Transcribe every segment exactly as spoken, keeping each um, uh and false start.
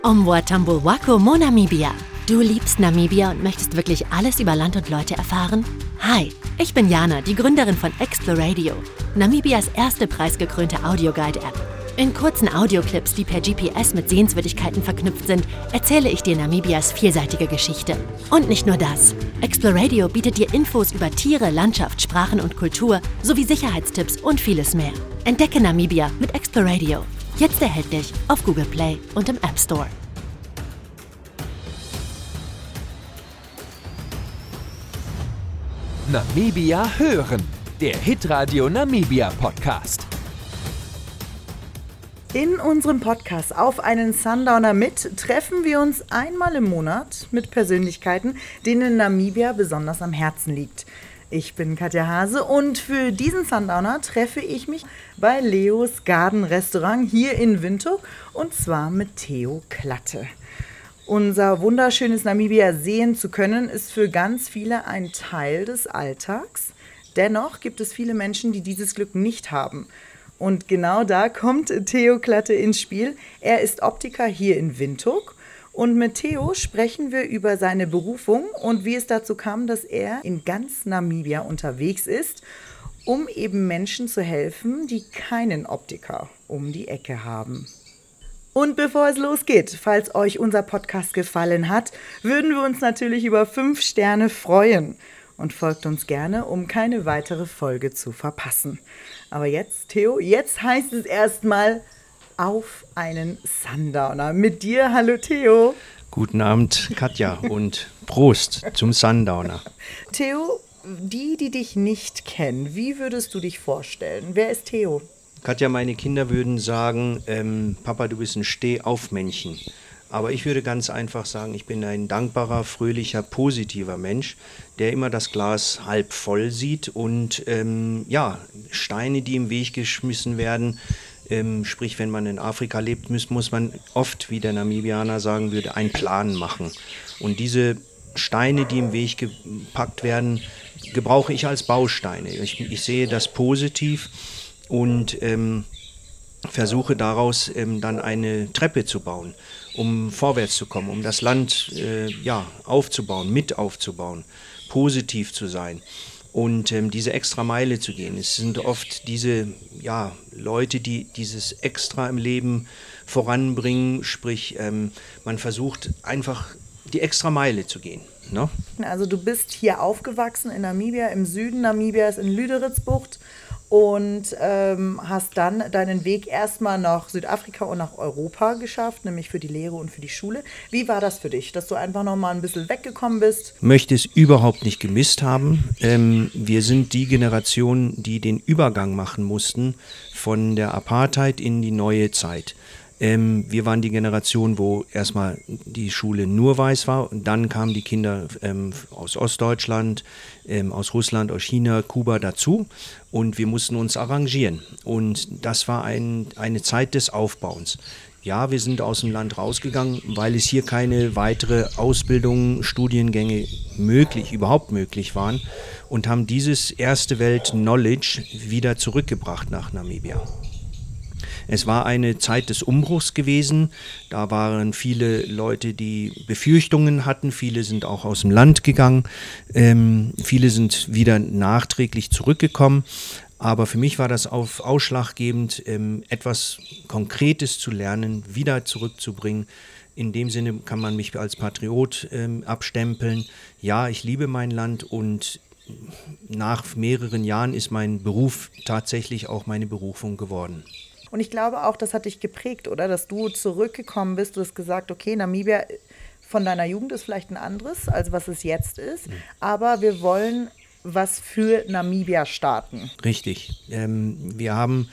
Umwatambo Wako Mo Namibia. Du liebst Namibia und möchtest wirklich alles über Land und Leute erfahren? Hi, ich bin Jana, die Gründerin von Exploradio, Namibias erste preisgekrönte Audioguide-App. In kurzen Audioclips, die per G P S mit Sehenswürdigkeiten verknüpft sind, erzähle ich dir Namibias vielseitige Geschichte. Und nicht nur das. Exploradio bietet dir Infos über Tiere, Landschaft, Sprachen und Kultur sowie Sicherheitstipps und vieles mehr. Entdecke Namibia mit Exploradio. Jetzt erhältlich auf Google Play und im App Store. Namibia hören, der Hitradio Namibia Podcast. In unserem Podcast Auf einen Sundowner mit treffen wir uns einmal im Monat mit Persönlichkeiten, denen Namibia besonders am Herzen liegt. Ich bin Katja Hase und für diesen Sundowner treffe ich mich bei Leos Garden Restaurant hier in Windhoek und zwar mit Theo Klatte. Unser wunderschönes Namibia sehen zu können, ist für ganz viele ein Teil des Alltags. Dennoch gibt es viele Menschen, die dieses Glück nicht haben. Und genau da kommt Theo Klatte ins Spiel. Er ist Optiker hier in Windhoek. Und mit Theo sprechen wir über seine Berufung und wie es dazu kam, dass er in ganz Namibia unterwegs ist, um eben Menschen zu helfen, die keinen Optiker um die Ecke haben. Und bevor es losgeht, falls euch unser Podcast gefallen hat, würden wir uns natürlich über fünf Sterne freuen. Und folgt uns gerne, um keine weitere Folge zu verpassen. Aber jetzt, Theo, jetzt heißt es erstmal auf einen Sundowner. Mit dir, hallo Theo. Guten Abend, Katja, und Prost zum Sundowner. Theo, die, die dich nicht kennen, wie würdest du dich vorstellen? Wer ist Theo? Katja, meine Kinder würden sagen, ähm, Papa, du bist ein Stehaufmännchen. Aber ich würde ganz einfach sagen, ich bin ein dankbarer, fröhlicher, positiver Mensch, der immer das Glas halb voll sieht und ähm, ja, Steine, die im Weg geschmissen werden, ähm, sprich, wenn man in Afrika lebt, muss, muss man oft, wie der Namibianer sagen würde, einen Plan machen. Und diese Steine, die im Weg gepackt werden, gebrauche ich als Bausteine. Ich, ich sehe das positiv und ähm, versuche daraus ähm, dann eine Treppe zu bauen, um vorwärts zu kommen, um das Land äh, ja, aufzubauen, mit aufzubauen, positiv zu sein und ähm, diese extra Meile zu gehen. Es sind oft diese ja, Leute, die dieses Extra im Leben voranbringen, sprich ähm, man versucht einfach die extra Meile zu gehen. Ne? Also du bist hier aufgewachsen in Namibia, im Süden Namibias in Lüderitzbucht. Und ähm, hast dann deinen Weg erstmal nach Südafrika und nach Europa geschafft, nämlich für die Lehre und für die Schule. Wie war das für dich, dass du einfach noch mal ein bisschen weggekommen bist? Möchte es überhaupt nicht gemisst haben. Ähm, wir sind die Generation, die den Übergang machen mussten von der Apartheid in die neue Zeit. Ähm, wir waren die Generation, wo erstmal die Schule nur weiß war und dann kamen die Kinder ähm, aus Ostdeutschland, ähm, aus Russland, aus China, Kuba dazu und wir mussten uns arrangieren. Und das war ein, eine Zeit des Aufbauens. Ja, wir sind aus dem Land rausgegangen, weil es hier keine weitere Ausbildung, Studiengänge möglich, überhaupt möglich waren und haben dieses erste Welt-Knowledge wieder zurückgebracht nach Namibia. Es war eine Zeit des Umbruchs gewesen, da waren viele Leute, die Befürchtungen hatten, viele sind auch aus dem Land gegangen, ähm, viele sind wieder nachträglich zurückgekommen, aber für mich war das auf, ausschlaggebend, ähm, etwas Konkretes zu lernen, wieder zurückzubringen. In dem Sinne kann man mich als Patriot ähm, abstempeln. Ja, ich liebe mein Land und nach mehreren Jahren ist mein Beruf tatsächlich auch meine Berufung geworden. Und ich glaube auch, das hat dich geprägt, oder? Dass du zurückgekommen bist, du hast gesagt, okay, Namibia von deiner Jugend ist vielleicht ein anderes, als was es jetzt ist, mhm. aber wir wollen was für Namibia starten. Richtig. Ähm, wir haben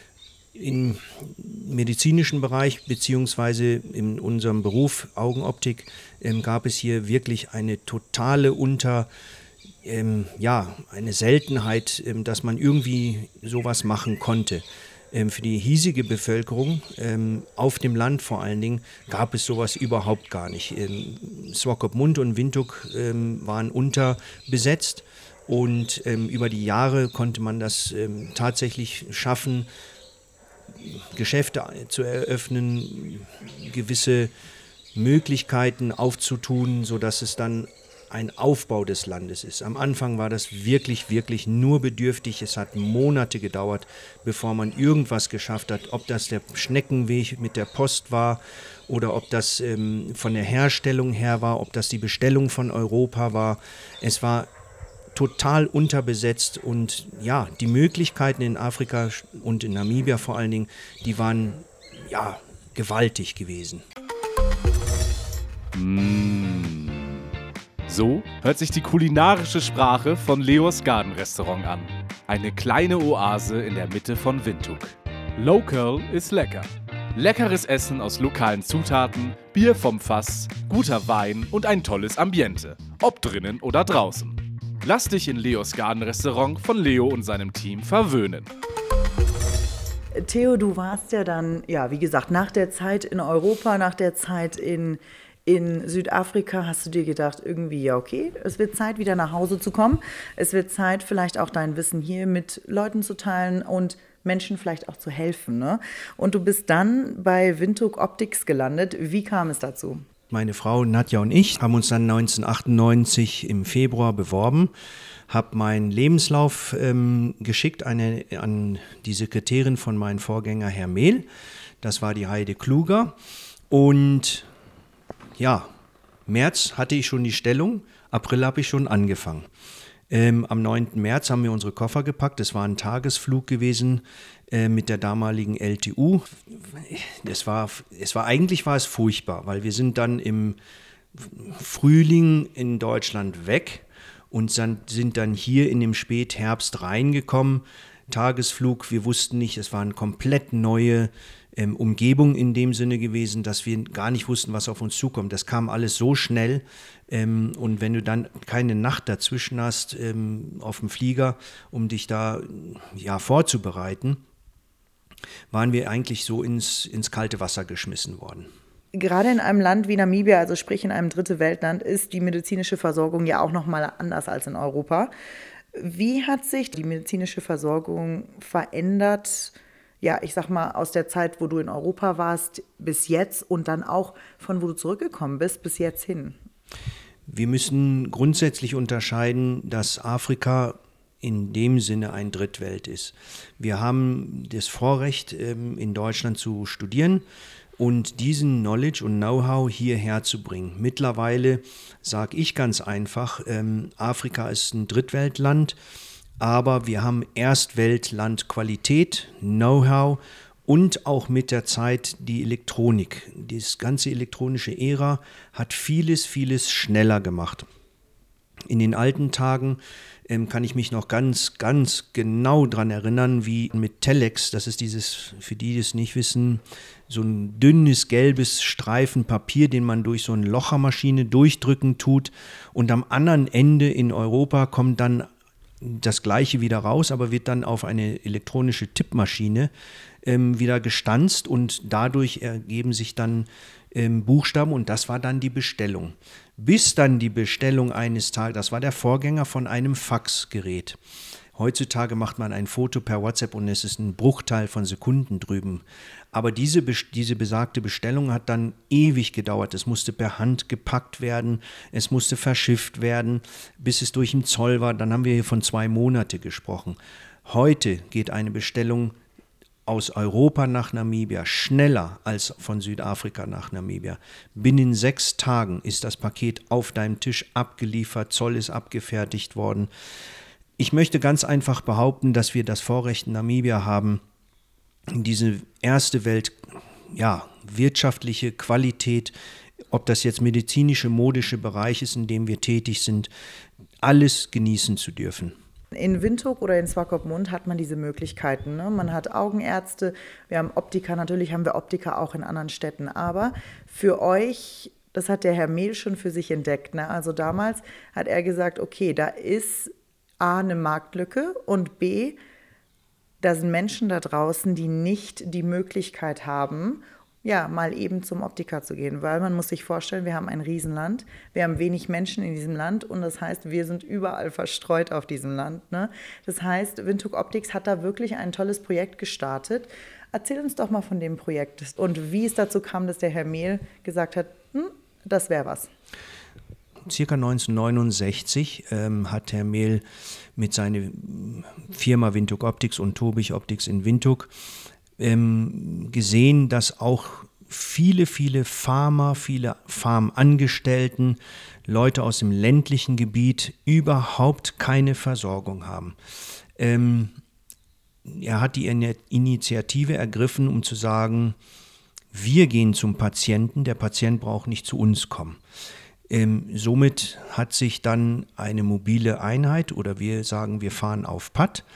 im medizinischen Bereich beziehungsweise in unserem Beruf Augenoptik ähm, gab es hier wirklich eine totale Unter ähm, ja, eine Seltenheit, ähm, dass man irgendwie sowas machen konnte. Für die hiesige Bevölkerung, ähm, auf dem Land vor allen Dingen, gab es sowas überhaupt gar nicht. Ähm, Swakopmund und Windhoek ähm, waren unterbesetzt und ähm, über die Jahre konnte man das ähm, tatsächlich schaffen, Geschäfte zu eröffnen, gewisse Möglichkeiten aufzutun, sodass es dann ein Aufbau des Landes ist. Am Anfang war das wirklich, wirklich nur bedürftig. Es hat Monate gedauert, bevor man irgendwas geschafft hat. Ob das der Schneckenweg mit der Post war oder ob das ähm, von der Herstellung her war, ob das die Bestellung von Europa war. Es war total unterbesetzt und ja, die Möglichkeiten in Afrika und in Namibia vor allen Dingen, die waren ja gewaltig gewesen. Mm. So hört sich die kulinarische Sprache von Leos Garden Restaurant an. Eine kleine Oase in der Mitte von Windhoek. Local ist lecker. Leckeres Essen aus lokalen Zutaten, Bier vom Fass, guter Wein und ein tolles Ambiente. Ob drinnen oder draußen. Lass dich in Leos Garden Restaurant von Leo und seinem Team verwöhnen. Theo, du warst ja dann, ja, wie gesagt, nach der Zeit in Europa, nach der Zeit in In Südafrika, hast du dir gedacht, irgendwie, ja okay, es wird Zeit, wieder nach Hause zu kommen. Es wird Zeit, vielleicht auch dein Wissen hier mit Leuten zu teilen und Menschen vielleicht auch zu helfen. Ne? Und du bist dann bei Windhoek Optics gelandet. Wie kam es dazu? Meine Frau Nadja und ich haben uns dann neunzehnhundertachtundneunzig im Februar beworben, habe meinen Lebenslauf ähm, geschickt eine, an die Sekretärin von meinem Vorgänger, Herr Mehl. Das war die Heide Kluger. Und ja, März hatte ich schon die Stellung, April habe ich schon angefangen. Ähm, am neunten März haben wir unsere Koffer gepackt, es war ein Tagesflug gewesen äh, mit der damaligen L T U. Das war, es war, eigentlich war es furchtbar, weil wir sind dann im Frühling in Deutschland weg und dann, sind dann hier in dem Spätherbst reingekommen. Tagesflug, wir wussten nicht, es war eine komplett neue ähm, Umgebung in dem Sinne gewesen, dass wir gar nicht wussten, was auf uns zukommt. Das kam alles so schnell ähm, und wenn du dann keine Nacht dazwischen hast ähm, auf dem Flieger, um dich da ja, vorzubereiten, waren wir eigentlich so ins, ins kalte Wasser geschmissen worden. Gerade in einem Land wie Namibia, also sprich in einem dritte Weltland, ist die medizinische Versorgung ja auch nochmal anders als in Europa. Wie hat sich die medizinische Versorgung verändert, ja, ich sag mal, aus der Zeit, wo du in Europa warst, bis jetzt und dann auch von wo du zurückgekommen bist, bis jetzt hin? Wir müssen grundsätzlich unterscheiden, dass Afrika in dem Sinne ein Drittwelt ist. Wir haben das Vorrecht, in Deutschland zu studieren und diesen Knowledge und Know-how hierher zu bringen. Mittlerweile sage ich ganz einfach, ähm, Afrika ist ein Drittweltland, aber wir haben Erstweltland-Qualität, Know-how und auch mit der Zeit die Elektronik. Das ganze elektronische Ära hat vieles, vieles schneller gemacht. In den alten Tagen ähm, kann ich mich noch ganz, ganz genau daran erinnern, wie mit Telex, das ist dieses, für die, die es nicht wissen, so ein dünnes, gelbes Streifen Papier, den man durch so eine Lochermaschine durchdrücken tut und am anderen Ende in Europa kommt dann das Gleiche wieder raus, aber wird dann auf eine elektronische Tippmaschine ähm, wieder gestanzt und dadurch ergeben sich dann ähm, Buchstaben und das war dann die Bestellung. Bis dann die Bestellung eines Tages, das war der Vorgänger von einem Faxgerät. Heutzutage macht man ein Foto per WhatsApp und es ist ein Bruchteil von Sekunden drüben. Aber diese, diese besagte Bestellung hat dann ewig gedauert. Es musste per Hand gepackt werden, es musste verschifft werden, bis es durch den Zoll war. Dann haben wir hier von zwei Monate gesprochen. Heute geht eine Bestellung aus Europa nach Namibia schneller als von Südafrika nach Namibia. Binnen sechs Tagen ist das Paket auf deinem Tisch abgeliefert, Zoll ist abgefertigt worden. Ich möchte ganz einfach behaupten, dass wir das Vorrecht in Namibia haben, diese erste Welt, ja, wirtschaftliche Qualität, ob das jetzt medizinische, modische Bereich ist, in dem wir tätig sind, alles genießen zu dürfen. In Windhoek oder in Swakopmund hat man diese Möglichkeiten. Ne? Man hat Augenärzte, wir haben Optiker, natürlich haben wir Optiker auch in anderen Städten. Aber für euch, das hat der Herr Mehl schon für sich entdeckt. Ne? Also damals hat er gesagt, okay, da ist A, eine Marktlücke und B, da sind Menschen da draußen, die nicht die Möglichkeit haben, ja, mal eben zum Optiker zu gehen, weil man muss sich vorstellen, wir haben ein Riesenland, wir haben wenig Menschen in diesem Land und das heißt, wir sind überall verstreut auf diesem Land. Ne? Das heißt, Windhoek Optics hat da wirklich ein tolles Projekt gestartet. Erzähl uns doch mal von dem Projekt und wie es dazu kam, dass der Herr Mehl gesagt hat, hm, Das wäre was. Circa neunzehnhundertneunundsechzig ähm, hat Herr Mehl mit seiner Firma Windhoek Optics und Tobich Optics in Windhoek ähm, gesehen, dass auch viele, viele Farmer, viele Farmangestellten, Leute aus dem ländlichen Gebiet überhaupt keine Versorgung haben. Ähm, er hat die Initiative ergriffen, um zu sagen, wir gehen zum Patienten, der Patient braucht nicht zu uns kommen. Ähm, somit hat sich dann eine mobile Einheit, oder wir sagen, wir fahren auf Pad,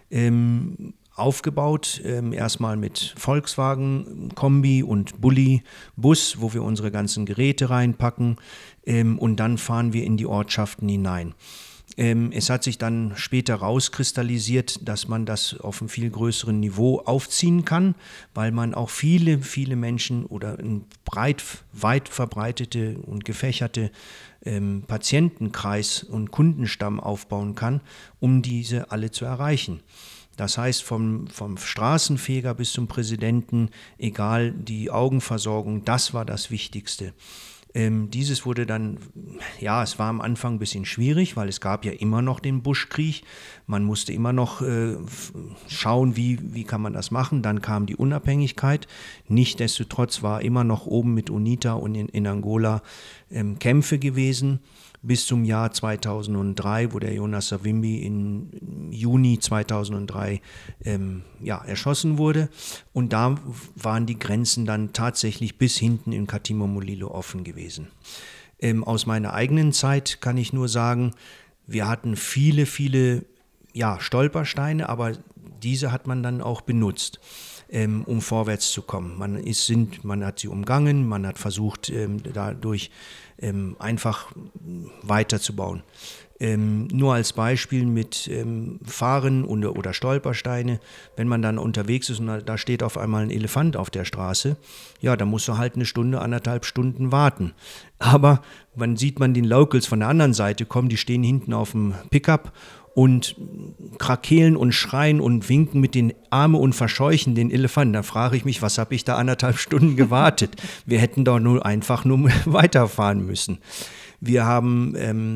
ähm, aufgebaut, ähm, erstmal mit Volkswagen, Kombi und Bulli, Bus, wo wir unsere ganzen Geräte reinpacken, ähm, und dann fahren wir in die Ortschaften hinein. Ähm, es hat sich dann später rauskristallisiert, dass man das auf einem viel größeren Niveau aufziehen kann, weil man auch viele, viele Menschen oder ein breit, weit verbreitete und gefächerte ähm, Patientenkreis und Kundenstamm aufbauen kann, um diese alle zu erreichen. Das heißt, vom, vom Straßenfeger bis zum Präsidenten, egal, die Augenversorgung, das war das Wichtigste. Ähm, dieses wurde dann, ja, es war am Anfang ein bisschen schwierig, weil es gab ja immer noch den Buschkrieg. Man musste immer noch äh, schauen, wie, wie kann man das machen. Dann kam die Unabhängigkeit. Nichtsdestotrotz war immer noch oben mit UNITA und in, in Angola ähm, Kämpfe gewesen. Bis zum Jahr zweitausenddrei, wo der Jonas Savimbi im Juni zweitausenddrei ähm, ja, erschossen wurde. Und da waren die Grenzen dann tatsächlich bis hinten in Katima-Mulilo offen gewesen. Ähm, aus meiner eigenen Zeit kann ich nur sagen, wir hatten viele, viele ja, Stolpersteine, aber diese hat man dann auch benutzt, ähm, um vorwärts zu kommen. Man, ist, sind, man hat sie umgangen, man hat versucht, ähm, dadurch ähm, einfach weiterzubauen. Ähm, nur als Beispiel mit ähm, Fahren oder, oder Stolpersteine, wenn man dann unterwegs ist und da, da steht auf einmal ein Elefant auf der Straße, ja, da musst du halt eine Stunde, anderthalb Stunden warten. Aber man sieht man den Locals von der anderen Seite kommen, die stehen hinten auf dem Pickup und krakeelen und schreien und winken mit den Armen und verscheuchen den Elefanten. Da frage ich mich, was habe ich da anderthalb Stunden gewartet? Wir hätten doch nur einfach nur weiterfahren müssen. Wir haben,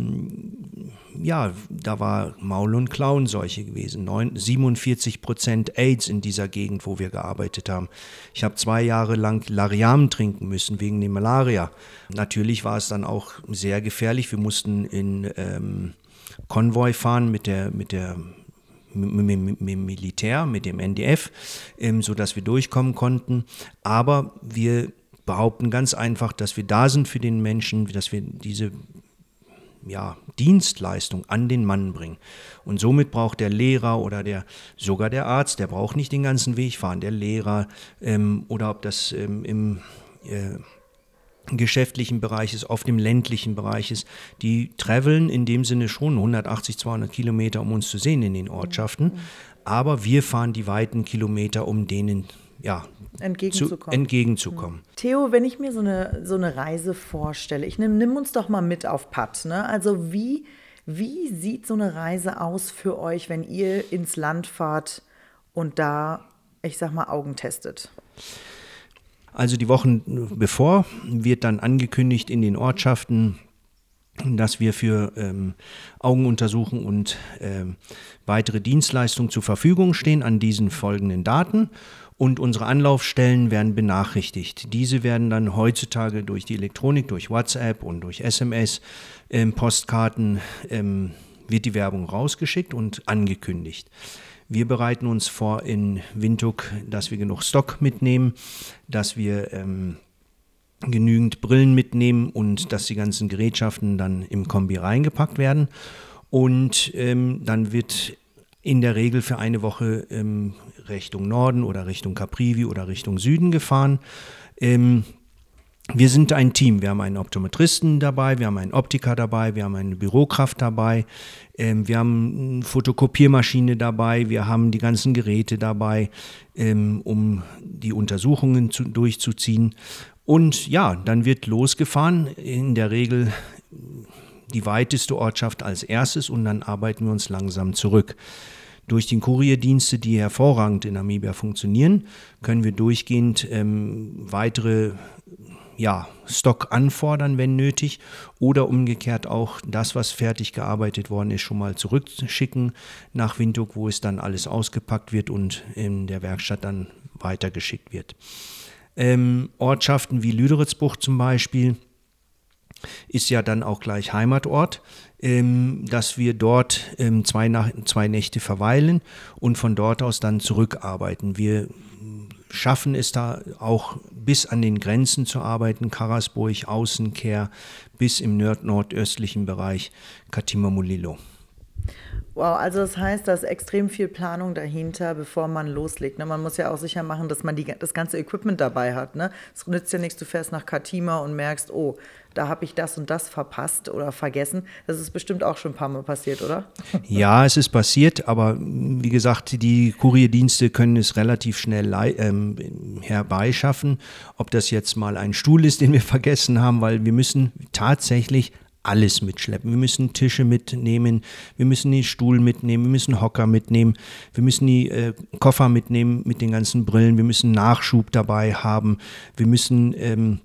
ähm, ja, da war Maul- und Klauenseuche gewesen, Neun, siebenundvierzig Prozent AIDS in dieser Gegend, wo wir gearbeitet haben. Ich habe zwei Jahre lang Lariam trinken müssen wegen der Malaria. Natürlich war es dann auch sehr gefährlich. Wir mussten in ähm, Konvoi fahren mit der, mit der mit, mit, mit dem Militär, mit dem N D F, ähm, sodass wir durchkommen konnten. Aber wir behaupten ganz einfach, dass wir da sind für den Menschen, dass wir diese ja, Dienstleistung an den Mann bringen. Und somit braucht der Lehrer oder der sogar der Arzt, der braucht nicht den ganzen Weg fahren, der Lehrer ähm, oder ob das ähm, im äh, geschäftlichen Bereich ist, auf dem ländlichen Bereich ist, die traveln in dem Sinne schon hundertachtzig, zweihundert Kilometer, um uns zu sehen in den Ortschaften, aber wir fahren die weiten Kilometer, um denen ja, entgegenzukommen. Zu, entgegenzukommen. Theo, wenn ich mir so eine, so eine Reise vorstelle, ich nimm, nimm uns doch mal mit auf Pad, ne? Also wie, wie sieht so eine Reise aus für euch, wenn ihr ins Land fahrt und da, ich sag mal, Augen testet? Also die Wochen bevor wird dann angekündigt in den Ortschaften, dass wir für ähm, Augenuntersuchungen und ähm, weitere Dienstleistungen zur Verfügung stehen an diesen folgenden Daten. Und unsere Anlaufstellen werden benachrichtigt. Diese werden dann heutzutage durch die Elektronik, durch WhatsApp und durch S M S, ähm, Postkarten, ähm, wird die Werbung rausgeschickt und angekündigt. Wir bereiten uns vor in Windhoek, dass wir genug Stock mitnehmen, dass wir ähm, genügend Brillen mitnehmen und dass die ganzen Gerätschaften dann im Kombi reingepackt werden. Und ähm, dann wird in der Regel für eine Woche ähm, Richtung Norden oder Richtung Caprivi oder Richtung Süden gefahren. Ähm, wir sind ein Team. Wir haben einen Optometristen dabei, wir haben einen Optiker dabei, wir haben eine Bürokraft dabei, ähm, wir haben eine Fotokopiermaschine dabei, wir haben die ganzen Geräte dabei, ähm, um die Untersuchungen zu, durchzuziehen. Und ja, dann wird losgefahren, in der Regel die weiteste Ortschaft als erstes und dann arbeiten wir uns langsam zurück. Durch die Kurierdienste, die hervorragend in Namibia funktionieren, können wir durchgehend ähm, weitere ja, Stock anfordern, wenn nötig, oder umgekehrt auch das, was fertig gearbeitet worden ist, schon mal zurückschicken nach Windhoek, wo es dann alles ausgepackt wird und in der Werkstatt dann weitergeschickt wird. Ähm, Ortschaften wie Lüderitzbucht zum Beispiel ist ja dann auch gleich Heimatort, ähm, dass wir dort ähm, zwei, Nach- zwei Nächte verweilen und von dort aus dann zurückarbeiten. Wir schaffen es da auch bis an den Grenzen zu arbeiten, Karasburg, Außenkehr, bis im nord- nordöstlichen Bereich Katima Mulilo. Wow, also das heißt, da ist extrem viel Planung dahinter, bevor man loslegt. Ne? Man muss ja auch sicher machen, dass man die, das ganze Equipment dabei hat. Ne? Es nützt ja nichts, du fährst nach Katima und merkst, oh, da habe ich das und das verpasst oder vergessen. Das ist bestimmt auch schon ein paar Mal passiert, oder? Ja, es ist passiert, aber wie gesagt, die Kurierdienste können es relativ schnell ähm, herbeischaffen. Ob das jetzt mal ein Stuhl ist, den wir vergessen haben, weil wir müssen tatsächlich alles mitschleppen. Wir müssen Tische mitnehmen, wir müssen den Stuhl mitnehmen, wir müssen Hocker mitnehmen, wir müssen die äh, Koffer mitnehmen mit den ganzen Brillen, wir müssen Nachschub dabei haben, wir müssen ähm,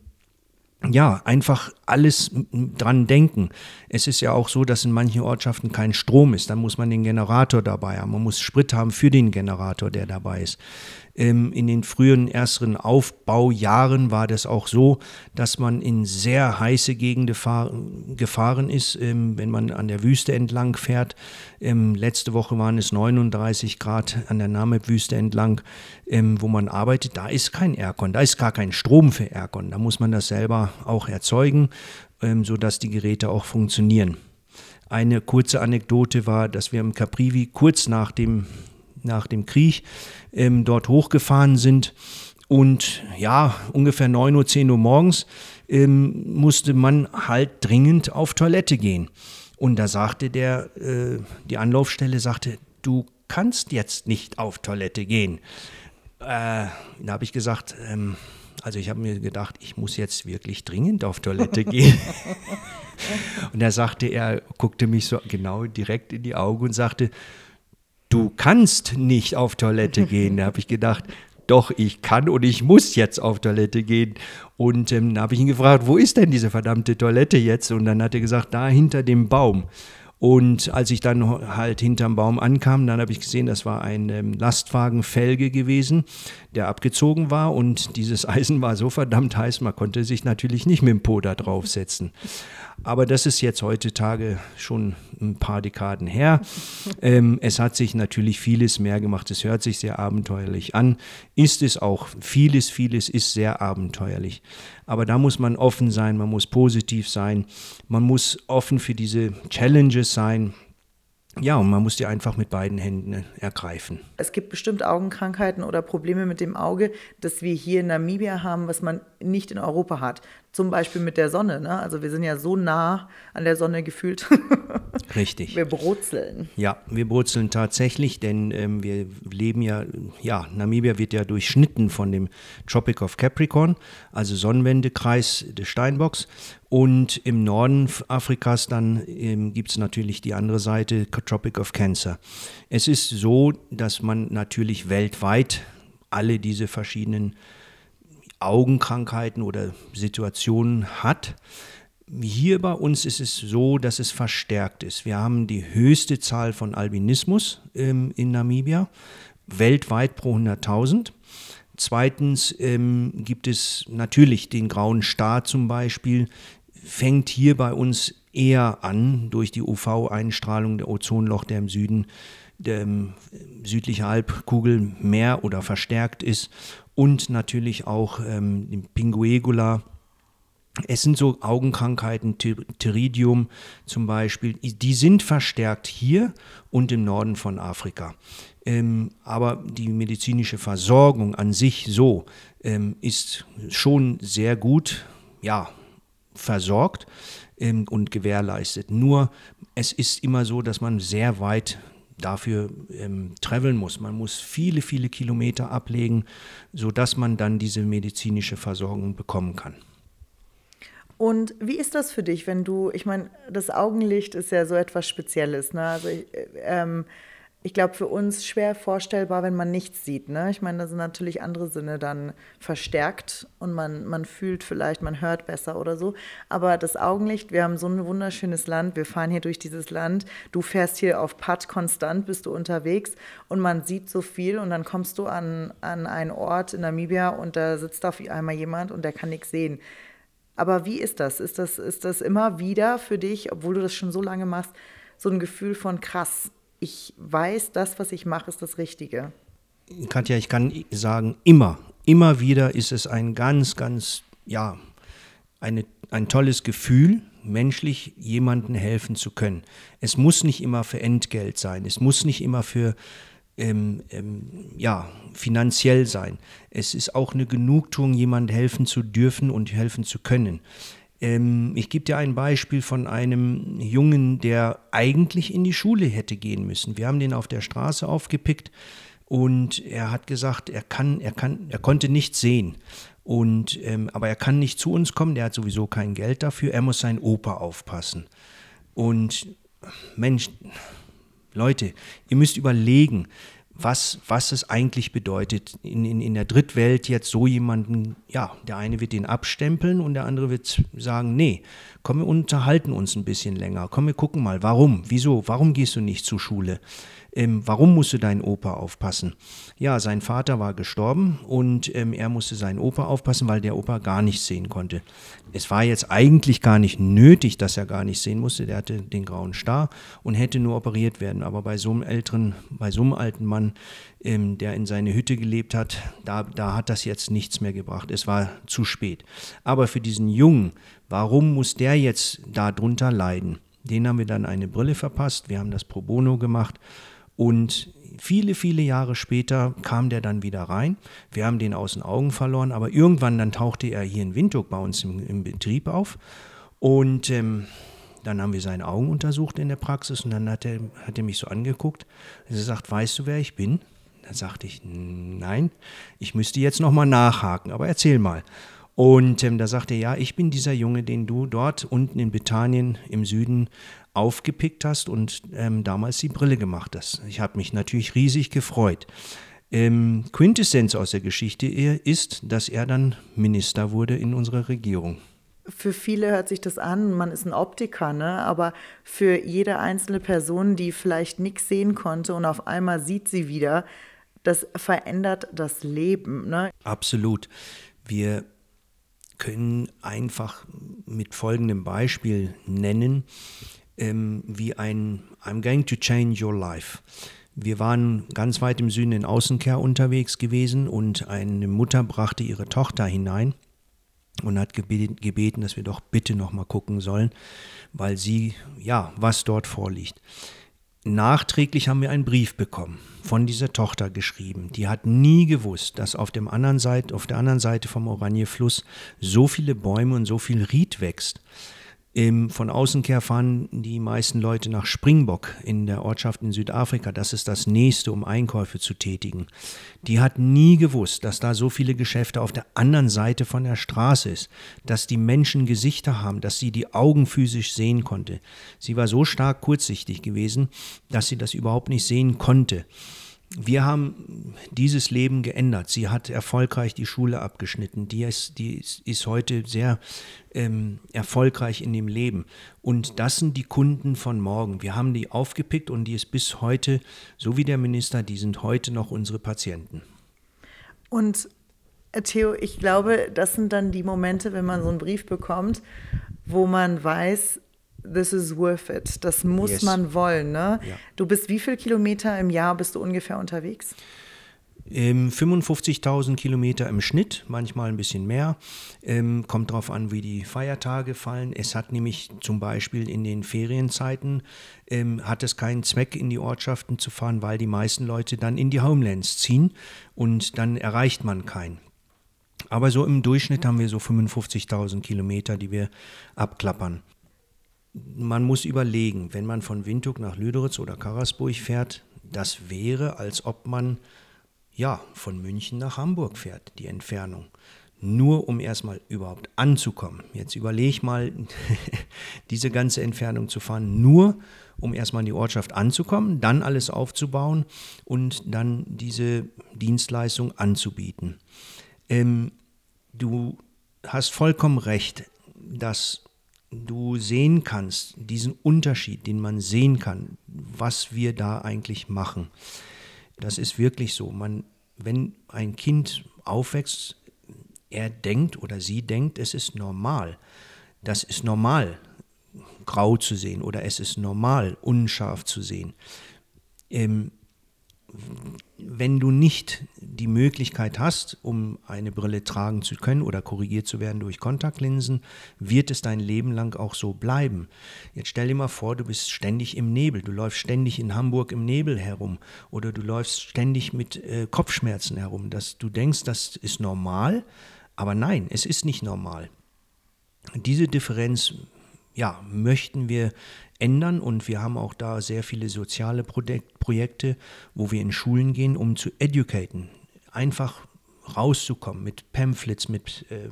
ja einfach alles dran denken. Es ist ja auch so, dass in manchen Ortschaften kein Strom ist, dann muss man den Generator dabei haben, man muss Sprit haben für den Generator, der dabei ist. Ähm, in den frühen ersten Aufbaujahren war das auch so, dass man in sehr heiße Gegenden fahr- gefahren ist, ähm, wenn man an der Wüste entlang fährt. Ähm, letzte Woche waren es neununddreißig Grad an der Namib-Wüste entlang, ähm, wo man arbeitet. Da ist kein Aircon, da ist gar kein Strom für Aircon. Da muss man das selber auch erzeugen, ähm, sodass die Geräte auch funktionieren. Eine kurze Anekdote war, dass wir im Caprivi kurz nach dem nach dem Krieg ähm, dort hochgefahren sind und ja, ungefähr neun Uhr, zehn Uhr morgens ähm, musste man halt dringend auf Toilette gehen. Und da sagte der, äh, die Anlaufstelle sagte, du kannst jetzt nicht auf Toilette gehen. Äh, da habe ich gesagt, ähm, also ich habe mir gedacht, ich muss jetzt wirklich dringend auf Toilette gehen. Und da sagte er, guckte mich so genau direkt in die Augen und sagte, du kannst nicht auf Toilette gehen. Da habe ich gedacht, doch, ich kann und ich muss jetzt auf Toilette gehen. Und ähm, da habe ich ihn gefragt, wo ist denn diese verdammte Toilette jetzt? Und dann hat er gesagt, da hinter dem Baum. Und als ich dann halt hinterm Baum ankam, dann habe ich gesehen, das war ein ähm, Lastwagen Felge gewesen, der abgezogen war. Und dieses Eisen war so verdammt heiß, man konnte sich natürlich nicht mit dem Po da draufsetzen. Aber das ist jetzt heutzutage schon ein paar Dekaden her. Ähm, es hat sich natürlich vieles mehr gemacht. Es hört sich sehr abenteuerlich an. Ist es auch. Vieles, vieles ist sehr abenteuerlich. Aber da muss man offen sein, man muss positiv sein, man muss offen für diese Challenges sein. Ja, und man muss die einfach mit beiden Händen ergreifen. Es gibt bestimmt Augenkrankheiten oder Probleme mit dem Auge, das wir hier in Namibia haben, was man nicht in Europa hat. Zum Beispiel mit der Sonne. Ne? Also wir sind ja so nah an der Sonne gefühlt. Richtig. Wir brutzeln. Ja, wir brutzeln tatsächlich, denn ähm, wir leben ja, ja, Namibia wird ja durchschnitten von dem Tropic of Capricorn, also Sonnenwendekreis des Steinbocks. Und im Norden Afrikas dann ähm, gibt es natürlich die andere Seite, Tropic of Cancer. Es ist so, dass man natürlich weltweit alle diese verschiedenen Augenkrankheiten oder Situationen hat. Hier bei uns ist es so, dass es verstärkt ist. Wir haben die höchste Zahl von Albinismus ähm, in Namibia, weltweit pro hunderttausend. Zweitens ähm, gibt es natürlich den grauen Star zum Beispiel, fängt hier bei uns eher an durch die U V-Einstrahlung der Ozonloch, der im Süden der ähm, südliche Halbkugel mehr oder verstärkt ist, und natürlich auch ähm, den Pinguegula. Es sind so Augenkrankheiten, Pteridium zum Beispiel, die sind verstärkt hier und im Norden von Afrika. Ähm, aber die medizinische Versorgung an sich so ähm, ist schon sehr gut, ja, versorgt ähm, und gewährleistet. Nur es ist immer so, dass man sehr weit dafür ähm, traveln muss. Man muss viele, viele Kilometer ablegen, sodass man dann diese medizinische Versorgung bekommen kann. Und wie ist das für dich, wenn du, ich meine, das Augenlicht ist ja so etwas Spezielles, ne? Also ich, ähm, ich glaube, für uns schwer vorstellbar, wenn man nichts sieht. Ne? Ich meine, da sind natürlich andere Sinne dann verstärkt und man, man fühlt vielleicht, man hört besser oder so. Aber das Augenlicht, wir haben so ein wunderschönes Land, wir fahren hier durch dieses Land, du fährst hier auf Pad konstant, bist du unterwegs und man sieht so viel und dann kommst du an, an einen Ort in Namibia und da sitzt auf einmal jemand und der kann nichts sehen. Aber wie ist das? Ist das, ist das immer wieder für dich, obwohl du das schon so lange machst, so ein Gefühl von krass, ich weiß, das, was ich mache, ist das Richtige? Katja, ich kann sagen, immer, immer wieder ist es ein ganz, ganz, ja, eine, ein tolles Gefühl, menschlich jemandem helfen zu können. Es muss nicht immer für Entgelt sein, es muss nicht immer für, ähm, ähm, ja, finanziell sein. Es ist auch eine Genugtuung, jemandem helfen zu dürfen und helfen zu können. Ich gebe dir ein Beispiel von einem Jungen, der eigentlich in die Schule hätte gehen müssen. Wir haben den auf der Straße aufgepickt und er hat gesagt, er kann, er kann, er konnte nichts sehen. Und, ähm, aber er kann nicht zu uns kommen, der hat sowieso kein Geld dafür, er muss seinen Opa aufpassen. Und Mensch, Leute, ihr müsst überlegen, was, was es eigentlich bedeutet, in, in, in der Drittwelt jetzt so jemanden, ja, der eine wird den abstempeln und der andere wird sagen, nee, komm, wir unterhalten uns ein bisschen länger, komm, wir gucken mal, warum, wieso, warum gehst du nicht zur Schule? Ähm, warum musst du deinen Opa aufpassen? Ja, sein Vater war gestorben und ähm, er musste seinen Opa aufpassen, weil der Opa gar nicht sehen konnte. Es war jetzt eigentlich gar nicht nötig, dass er gar nicht sehen musste. Der hatte den grauen Star und hätte nur operiert werden. Aber bei so einem älteren, bei so einem alten Mann, ähm, der in seine Hütte gelebt hat, da, da hat das jetzt nichts mehr gebracht. Es war zu spät. Aber für diesen Jungen, warum muss der jetzt darunter leiden? Den haben wir dann eine Brille verpasst. Wir haben das pro bono gemacht. Und viele, viele Jahre später kam der dann wieder rein. Wir haben den aus den Augen verloren, aber irgendwann dann tauchte er hier in Windhoek bei uns im, im Betrieb auf. Und ähm, dann haben wir seine Augen untersucht in der Praxis und dann hat er, hat er mich so angeguckt. Er sagt, weißt du, wer ich bin? Dann sagte ich, nein, ich müsste jetzt nochmal nachhaken, aber erzähl mal. Und ähm, da sagte er, ja, ich bin dieser Junge, den du dort unten in Britannien im Süden aufgepickt hast und ähm, damals die Brille gemacht hast. Ich habe mich natürlich riesig gefreut. Ähm, Quintessenz aus der Geschichte ist, dass er dann Minister wurde in unserer Regierung. Für viele hört sich das an, man ist ein Optiker, ne? Aber für jede einzelne Person, die vielleicht nichts sehen konnte und auf einmal sieht sie wieder, das verändert das Leben, ne? Absolut. Wir können einfach mit folgendem Beispiel nennen, ähm, wie ein I'm going to change your life. Wir waren ganz weit im Süden in Außenkehr unterwegs gewesen und eine Mutter brachte ihre Tochter hinein und hat gebeten, dass wir doch bitte noch mal gucken sollen, weil sie, ja, was dort vorliegt. Nachträglich haben wir einen Brief bekommen, von dieser Tochter geschrieben. Die hat nie gewusst, dass auf, dem anderen Seite, auf der anderen Seite vom Oranje-Fluss so viele Bäume und so viel Ried wächst. Ähm, von Außenkehr fahren die meisten Leute nach Springbok in der Ortschaft in Südafrika. Das ist das Nächste, um Einkäufe zu tätigen. Die hat nie gewusst, dass da so viele Geschäfte auf der anderen Seite von der Straße ist, dass die Menschen Gesichter haben, dass sie die Augen physisch sehen konnte. Sie war so stark kurzsichtig gewesen, dass sie das überhaupt nicht sehen konnte. Wir haben dieses Leben geändert. Sie hat erfolgreich die Schule abgeschnitten. Die ist, die ist, ist heute sehr ähm, erfolgreich in dem Leben. Und das sind die Kunden von morgen. Wir haben die aufgepickt und die ist bis heute, so wie der Minister, die sind heute noch unsere Patienten. Und Theo, ich glaube, das sind dann die Momente, wenn man so einen Brief bekommt, wo man weiß, this is worth it. Das muss yes. man wollen, ne? Ja. Du bist wie viele Kilometer im Jahr bist du ungefähr unterwegs? Ähm, fünfundfünfzigtausend Kilometer im Schnitt, manchmal ein bisschen mehr. Ähm, kommt darauf an, wie die Feiertage fallen. Es hat nämlich zum Beispiel in den Ferienzeiten, ähm, hat es keinen Zweck, in die Ortschaften zu fahren, weil die meisten Leute dann in die Homelands ziehen und dann erreicht man keinen. Aber so im Durchschnitt haben wir so fünfundfünfzigtausend Kilometer, die wir abklappern. Man muss überlegen, wenn man von Windhoek nach Lüderitz oder Karasburg fährt, das wäre, als ob man ja, von München nach Hamburg fährt, die Entfernung. nur um erstmal überhaupt anzukommen. Jetzt überleg mal, diese ganze Entfernung zu fahren, nur um erstmal in die Ortschaft anzukommen, dann alles aufzubauen und dann diese Dienstleistung anzubieten. Ähm, du hast vollkommen recht, dass du sehen kannst, diesen Unterschied, den man sehen kann, was wir da eigentlich machen. Das ist wirklich so. Man, wenn ein Kind aufwächst, er denkt oder sie denkt, es ist normal. Das ist normal, grau zu sehen, oder es ist normal, unscharf zu sehen. Ähm, wenn du nicht die Möglichkeit hast, um eine Brille tragen zu können oder korrigiert zu werden durch Kontaktlinsen, wird es dein Leben lang auch so bleiben. Jetzt stell dir mal vor, du bist ständig im Nebel, du läufst ständig in Hamburg im Nebel herum oder du läufst ständig mit äh, Kopfschmerzen herum. Dass du denkst, das ist normal, aber nein, es ist nicht normal. Diese Differenz, ja, möchten wir ändern, und wir haben auch da sehr viele soziale Projekte, wo wir in Schulen gehen, um zu educaten, einfach rauszukommen mit Pamphlets, mit äh,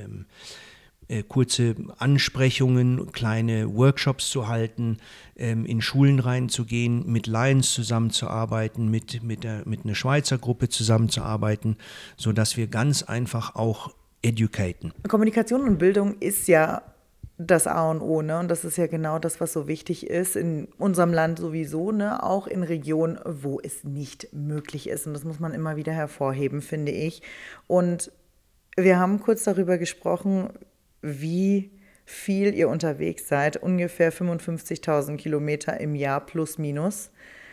äh, kurze Ansprechungen, kleine Workshops zu halten, äh, in Schulen reinzugehen, mit Lions zusammenzuarbeiten, mit, mit, der, mit einer Schweizer Gruppe zusammenzuarbeiten, sodass wir ganz einfach auch educaten. Kommunikation und Bildung ist ja das A und O, ne? Und das ist ja genau das, was so wichtig ist, in unserem Land sowieso, ne? Auch in Regionen, wo es nicht möglich ist. Und das muss man immer wieder hervorheben, finde ich. Und wir haben kurz darüber gesprochen, wie viel ihr unterwegs seid. Ungefähr fünfundfünfzigtausend Kilometer im Jahr plus minus.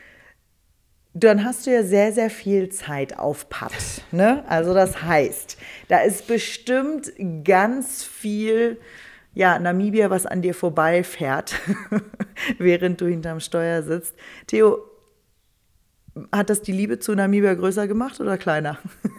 Dann hast du ja sehr, sehr viel Zeit auf Pad, ne? Also das heißt, da ist bestimmt ganz viel, ja, Namibia, was an dir vorbeifährt, während du hinterm Steuer sitzt. Theo, hat das die Liebe zu Namibia größer gemacht oder kleiner?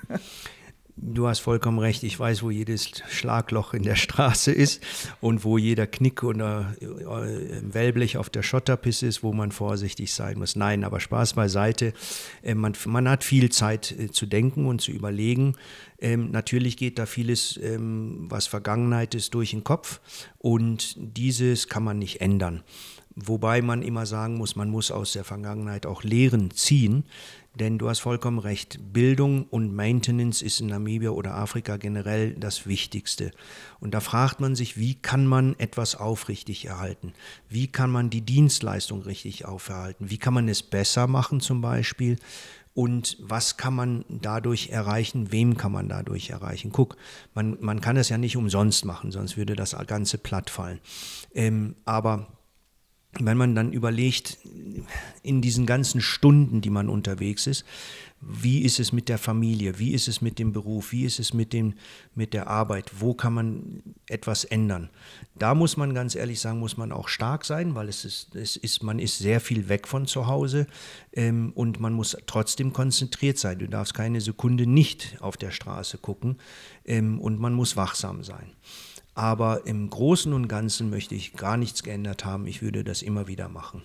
Du hast vollkommen recht. Ich weiß, wo jedes Schlagloch in der Straße ist und wo jeder Knick oder Wellblech auf der Schotterpiste ist, wo man vorsichtig sein muss. Nein, aber Spaß beiseite. Man, man hat viel Zeit zu denken und zu überlegen. Ähm, natürlich geht da vieles, ähm, was Vergangenheit ist, durch den Kopf, und dieses kann man nicht ändern. Wobei man immer sagen muss, man muss aus der Vergangenheit auch Lehren ziehen, denn du hast vollkommen recht, Bildung und Maintenance ist in Namibia oder Afrika generell das Wichtigste. Und da fragt man sich, wie kann man etwas aufrichtig erhalten? Wie kann man die Dienstleistung richtig auferhalten? Wie kann man es besser machen zum Beispiel? Und was kann man dadurch erreichen? Wem kann man dadurch erreichen? Guck, man, man kann es ja nicht umsonst machen, sonst würde das Ganze platt fallen. Ähm, aber wenn man dann überlegt, in diesen ganzen Stunden, die man unterwegs ist, wie ist es mit der Familie, wie ist es mit dem Beruf, wie ist es mit, dem, mit der Arbeit, wo kann man etwas ändern? Da muss man ganz ehrlich sagen, muss man auch stark sein, weil es ist, es ist, man ist sehr viel weg von zu Hause, ähm, und man muss trotzdem konzentriert sein. Du darfst keine Sekunde nicht auf der Straße gucken, ähm, und man muss wachsam sein. Aber im Großen und Ganzen möchte ich gar nichts geändert haben. Ich würde das immer wieder machen.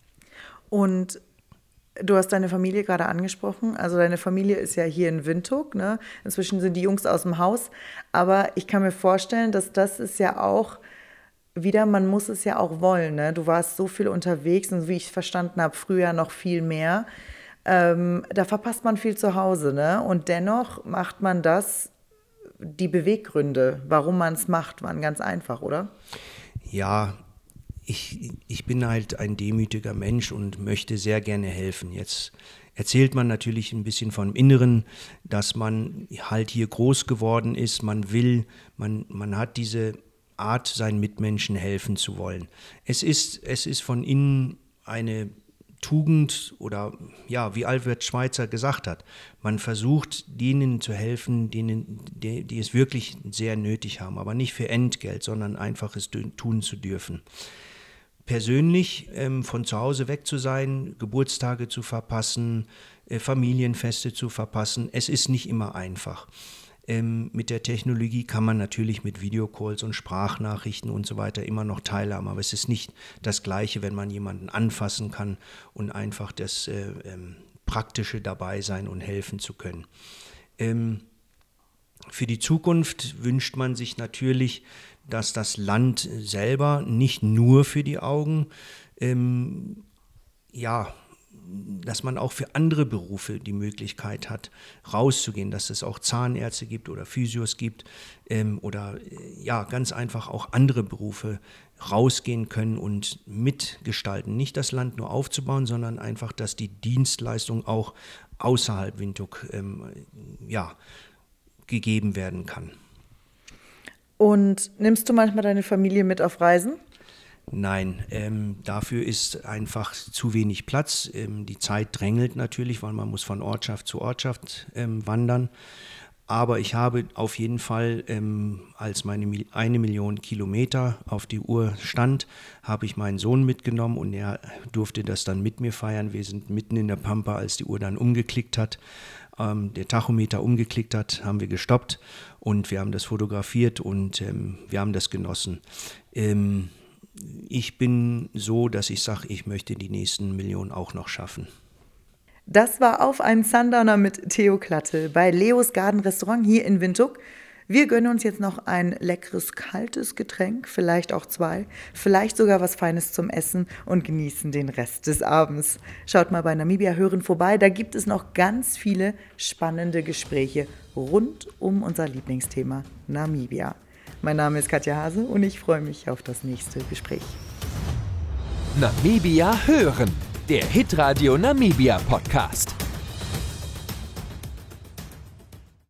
Und du hast deine Familie gerade angesprochen. Also deine Familie ist ja hier in Windhoek, ne? Inzwischen sind die Jungs aus dem Haus. Aber ich kann mir vorstellen, dass das ist ja auch wieder, man muss es ja auch wollen, ne? Du warst so viel unterwegs und wie ich verstanden habe, früher noch viel mehr. Ähm, da verpasst man viel zu Hause, ne? Und dennoch macht man das. Die Beweggründe, warum man es macht, waren ganz einfach, oder? Ja, ich, ich bin halt ein demütiger Mensch und möchte sehr gerne helfen. Jetzt erzählt man natürlich ein bisschen vom Inneren, dass man halt hier groß geworden ist, man will, man, man hat diese Art, seinen Mitmenschen helfen zu wollen. Es ist, es ist von innen eine Tugend, oder ja, wie Albert Schweitzer gesagt hat, man versucht, denen zu helfen, denen, die, die es wirklich sehr nötig haben, aber nicht für Entgelt, sondern einfach es tun zu dürfen. Persönlich ähm, von zu Hause weg zu sein, Geburtstage zu verpassen, äh, Familienfeste zu verpassen, es ist nicht immer einfach. Ähm, mit der Technologie kann man natürlich mit Videocalls und Sprachnachrichten und so weiter immer noch teilhaben, aber es ist nicht das Gleiche, wenn man jemanden anfassen kann und einfach das äh, ähm, Praktische dabei sein und helfen zu können. Ähm, Für die Zukunft wünscht man sich natürlich, dass das Land selber nicht nur für die Augen, ähm, ja, dass man auch für andere Berufe die Möglichkeit hat, rauszugehen, dass es auch Zahnärzte gibt oder Physios gibt ähm, oder äh, ja, ganz einfach auch andere Berufe rausgehen können und mitgestalten. Nicht das Land nur aufzubauen, sondern einfach, dass die Dienstleistung auch außerhalb Windhoek ähm, ja, gegeben werden kann. Und nimmst du manchmal deine Familie mit auf Reisen? Nein, ähm, dafür ist einfach zu wenig Platz. Ähm, die Zeit drängelt natürlich, weil man muss von Ortschaft zu Ortschaft ähm, wandern. Aber ich habe auf jeden Fall, ähm, als meine Mil- eine Million Kilometer auf die Uhr stand, habe ich meinen Sohn mitgenommen und er durfte das dann mit mir feiern. Wir sind mitten in der Pampa, als die Uhr dann umgeklickt hat, ähm, der Tachometer umgeklickt hat, haben wir gestoppt und wir haben das fotografiert und ähm, wir haben das genossen. Ähm, Ich bin so, dass ich sage, ich möchte die nächsten Millionen auch noch schaffen. Das war Auf einen Sundowner mit Theo Klatte bei Leos Garden Restaurant hier in Windhoek. Wir gönnen uns jetzt noch ein leckeres, kaltes Getränk, vielleicht auch zwei, vielleicht sogar was Feines zum Essen und genießen den Rest des Abends. Schaut mal bei Namibia Hören vorbei, da gibt es noch ganz viele spannende Gespräche rund um unser Lieblingsthema Namibia. Mein Name ist Katja Hase und ich freue mich auf das nächste Gespräch. Namibia Hören, der Hitradio Namibia Podcast.